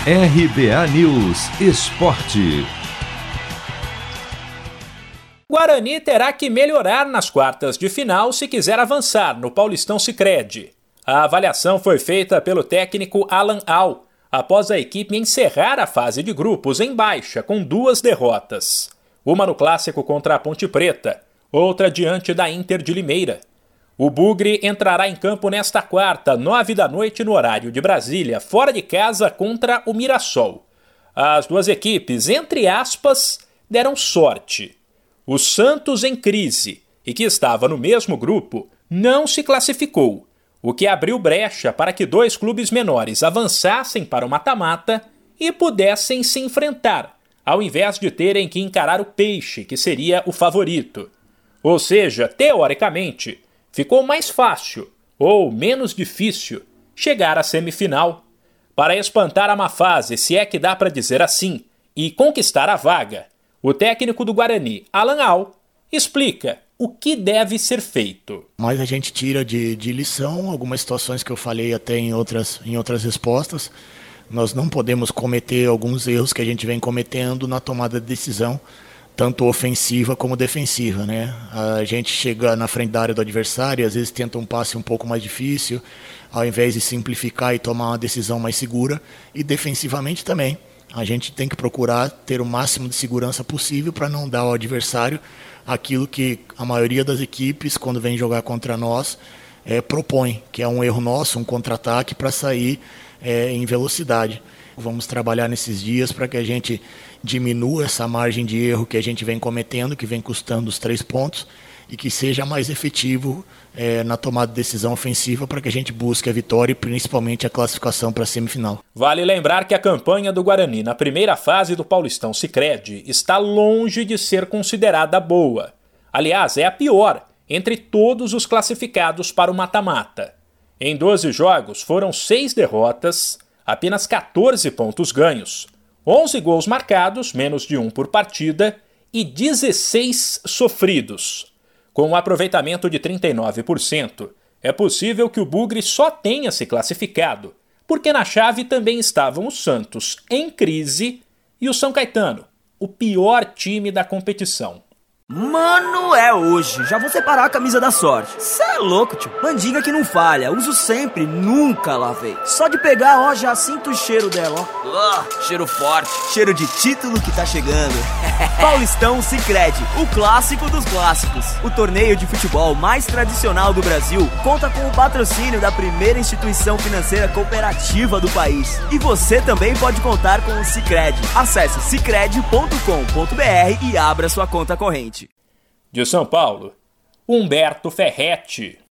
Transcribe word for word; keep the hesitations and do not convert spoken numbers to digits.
R B A News Esporte. Guarani terá que melhorar nas quartas de final se quiser avançar no Paulistão Sicredi. A avaliação foi feita pelo técnico Alan Al, após a equipe encerrar a fase de grupos em baixa com duas derrotas. Uma no clássico contra a Ponte Preta, outra diante da Inter de Limeira. O Bugre entrará em campo nesta quarta, nove da noite no horário de Brasília, fora de casa contra o Mirassol. As duas equipes, entre aspas, deram sorte. O Santos, em crise e que estava no mesmo grupo, não se classificou, o que abriu brecha para que dois clubes menores avançassem para o mata-mata e pudessem se enfrentar, ao invés de terem que encarar o Peixe, que seria o favorito. Ou seja, teoricamente, ficou mais fácil, ou menos difícil, chegar à semifinal. Para espantar a má fase, se é que dá para dizer assim, e conquistar a vaga, o técnico do Guarani, Alan Al, explica o que deve ser feito. Mas a gente tira de, de lição algumas situações que eu falei até em outras, em outras respostas. Nós não podemos cometer alguns erros que a gente vem cometendo na tomada de decisão, tanto ofensiva como defensiva, né? A gente chega na frente da área do adversário e às vezes tenta um passe um pouco mais difícil, ao invés de simplificar e tomar uma decisão mais segura. E defensivamente também. A gente tem que procurar ter o máximo de segurança possível para não dar ao adversário aquilo que a maioria das equipes, quando vem jogar contra nós, é, propõe, que é um erro nosso, um contra-ataque para sair é, em velocidade. Vamos trabalhar nesses dias para que a gente diminua essa margem de erro que a gente vem cometendo, que vem custando os três pontos, e que seja mais efetivo é, na tomada de decisão ofensiva para que a gente busque a vitória e principalmente a classificação para a semifinal. Vale lembrar que a campanha do Guarani na primeira fase do Paulistão Sicredi está longe de ser considerada boa. Aliás, é a pior entre todos os classificados para o mata-mata. Em doze jogos foram seis derrotas, apenas catorze pontos ganhos, onze gols marcados, menos de um por partida, e dezesseis sofridos. Com um aproveitamento de trinta e nove por cento, é possível que o Bugre só tenha se classificado, porque na chave também estavam o Santos, em crise, e o São Caetano, o pior time da competição. Mano, é hoje. Já vou separar a camisa da sorte. Cê é louco, tio. Mandinga que não falha. Uso sempre, nunca lavei. Só de pegar, ó, já sinto o cheiro dela, ó. Uh, cheiro forte. Cheiro de título que tá chegando. Paulistão Sicredi, o clássico dos clássicos. O torneio de futebol mais tradicional do Brasil conta com o patrocínio da primeira instituição financeira cooperativa do país. E você também pode contar com o Sicredi. Acesse sicredi ponto com ponto br e abra sua conta corrente. De São Paulo, Humberto Ferretti.